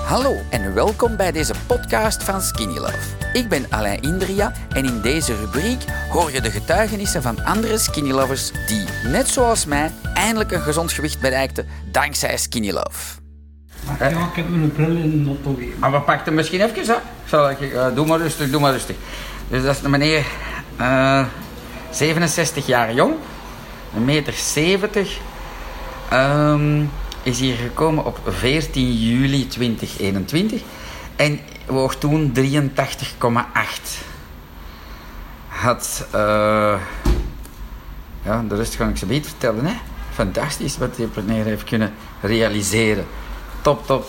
Hallo en welkom bij deze podcast van Skinny Love. Ik ben Alain Indria en in deze rubriek hoor je de getuigenissen van andere Skinny Lovers die, net zoals mij, eindelijk een gezond gewicht bereikten dankzij Skinny Love. Ja, ik heb mijn bril in de auto weer. Maar we pakken hem misschien even, hè? Doe maar rustig. Dus dat is een meneer, 67 jaar jong, 1,70 meter. Is hier gekomen op 14 juli 2021 en woog toen 83,8. Had, de rest ga ik zo beter vertellen, hè. Fantastisch wat die meneer heeft kunnen realiseren. Top.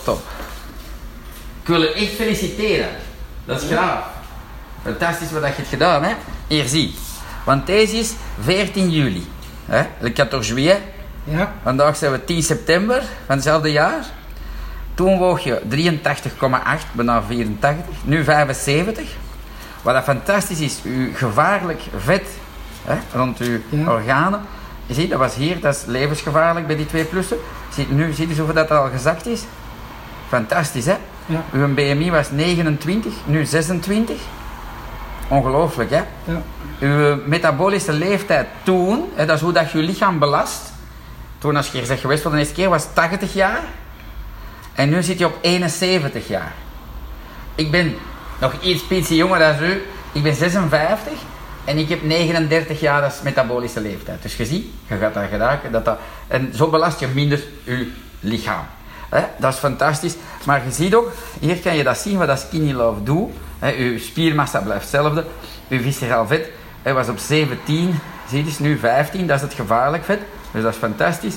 Ik wil je echt feliciteren. Dat is gaaf. Fantastisch wat je hebt gedaan, hè. Hier zie. Want deze is 14 juli. Hè? Le 14 juillet. Ja. Vandaag zijn we 10 september van hetzelfde jaar. Toen woog je 83,8, bijna 84. Nu 75. Wat dat fantastisch is, uw gevaarlijk vet, hè, rond uw organen. Je ziet, dat was hier, dat is levensgevaarlijk bij die 2-plussen. Nu zie je hoeveel dat al gezakt is. Fantastisch, hè? Ja. Uw BMI was 29, nu 26. Ongelooflijk, hè? Ja. Uw metabolische leeftijd toen, hè, dat is hoe dat je lichaam belast. Toen als je hier bent geweest voor de eerste keer was 80 jaar. En nu zit je op 71 jaar. Ik ben nog iets jonger dan u. Ik ben 56 en ik heb 39 jaar als metabolische leeftijd. Dus je ziet, je gaat dat geraken. En zo belast je minder je lichaam. Dat is fantastisch. Maar je ziet ook, hier kan je dat zien wat dat Skinny Love doet. Je spiermassa blijft hetzelfde. Je visceraal vet was op 17, zie je, is nu 15. Dat is het gevaarlijk vet. Dus dat is fantastisch.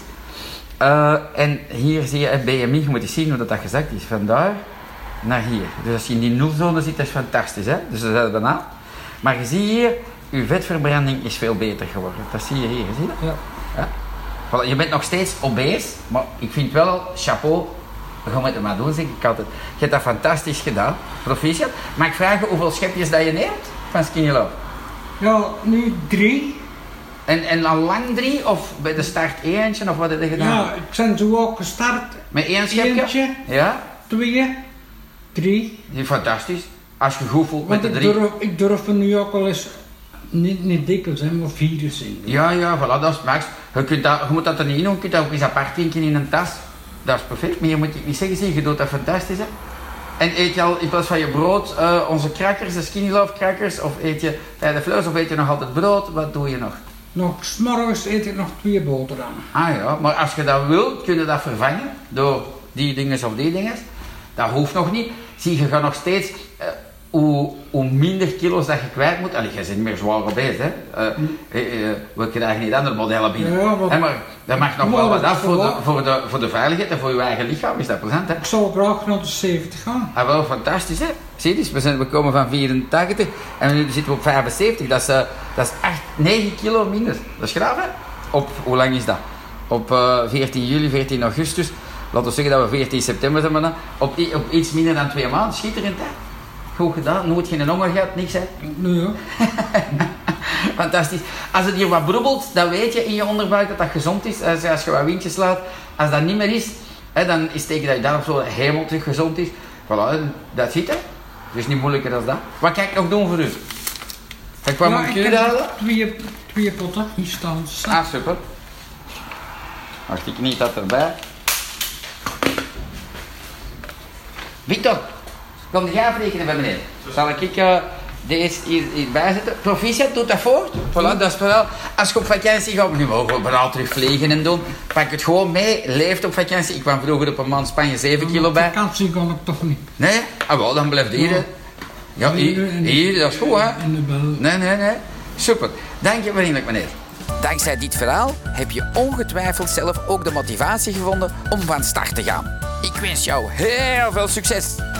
En hier zie je BMI, je moet eens zien hoe dat gezakt is. Vandaar naar hier. Dus als je in die nulzone zit, dat is fantastisch. Hè? Dus dat is bijna. Maar je ziet hier, je vetverbranding is veel beter geworden. Dat zie je hier, zie je dat? Ja. Voilà, je bent nog steeds obese, maar ik vind wel, chapeau, we gaan het maar doen, zeg ik altijd. Je hebt dat fantastisch gedaan, proficiat. Mag ik vragen hoeveel schepjes dat je neemt van Skinny Love? Ja, nu 3. En al lang 3 of bij de start eentje of wat heb je gedaan? Ja, ik ben zo ook gestart. Met 1 schepje? Eentje, ja? 2, 3. Ja, fantastisch. Als je goed voelt met Want de 3. ik durf er nu ook wel eens, niet dikwijls, maar 4 zijn. Ja, voilà, dat is max. Je moet dat er niet in doen, je kunt dat ook eens apart drinken in een tas. Dat is perfect, maar je moet niet zeggen, zie, je doet dat fantastisch, hè. En eet je al in plaats van je brood onze crackers, de Skinny Love crackers, of eet je de vlees, of eet je nog altijd brood? Wat doe je nog? Nog 's morgens eet ik nog 2 boterhammen. Ah ja, maar als je dat wilt, kun je dat vervangen door die dingen of die dingen. Dat hoeft nog niet. Zie, je gaat nog steeds, hoe minder kilo's dat je kwijt moet. Allee, je bent niet meer zwaar obese, hè. We krijgen niet andere modellen binnen. Ja, maar dat mag nog wel wat af voor de veiligheid en voor je eigen lichaam. Is dat plezant, hè? Ik zou graag naar de 70 gaan. Ah, wel fantastisch, hè? Zie je, dus we komen van 84 en nu zitten we op 75. Dat is 9 kilo minder. Dat is graag, hè? Op, hoe lang is dat? Op 14 juli, 14 augustus. Laten we zeggen dat we 14 september zijn, maar op iets minder dan 2 maanden. Schitterend, hè? Goed gedaan. Nooit geen honger gehad, niks, hè? Nee, ja. Fantastisch. Als het hier wat broebelt, dan weet je in je onderbuik dat dat gezond is. Als je wat windjes laat. Als dat niet meer is, hè, dan is het teken dat je dan op zo'n helemaal terug gezond is. Voilà, dat zit, hè? Dus niet moeilijker dan dat. Wat kan ik nog doen voor u? Ik kwam een kuur halen. 2 potten, hier staan ze. Ah, super. Wacht, ik niet dat erbij. Victor, kom jij afrekenen bij meneer? Zal ik deze hierbij zetten? Proficiat, doet dat voort. Voilà, dat is vooral. Als je op vakantie gaat, nu mogen we vooral terug vliegen en doen. Pak het gewoon mee, leeft op vakantie. Ik kwam vroeger op een maand Spanje 7 kilo bij. Op vakantie kan ik toch niet. Nee? Ah wel, dan blijft hier. Hè. Ja, hier, dat is goed, hè? In de bel. Nee. Super. Dank je vriendelijk, meneer. Dankzij dit verhaal heb je ongetwijfeld zelf ook de motivatie gevonden om van start te gaan. Ik wens jou heel veel succes.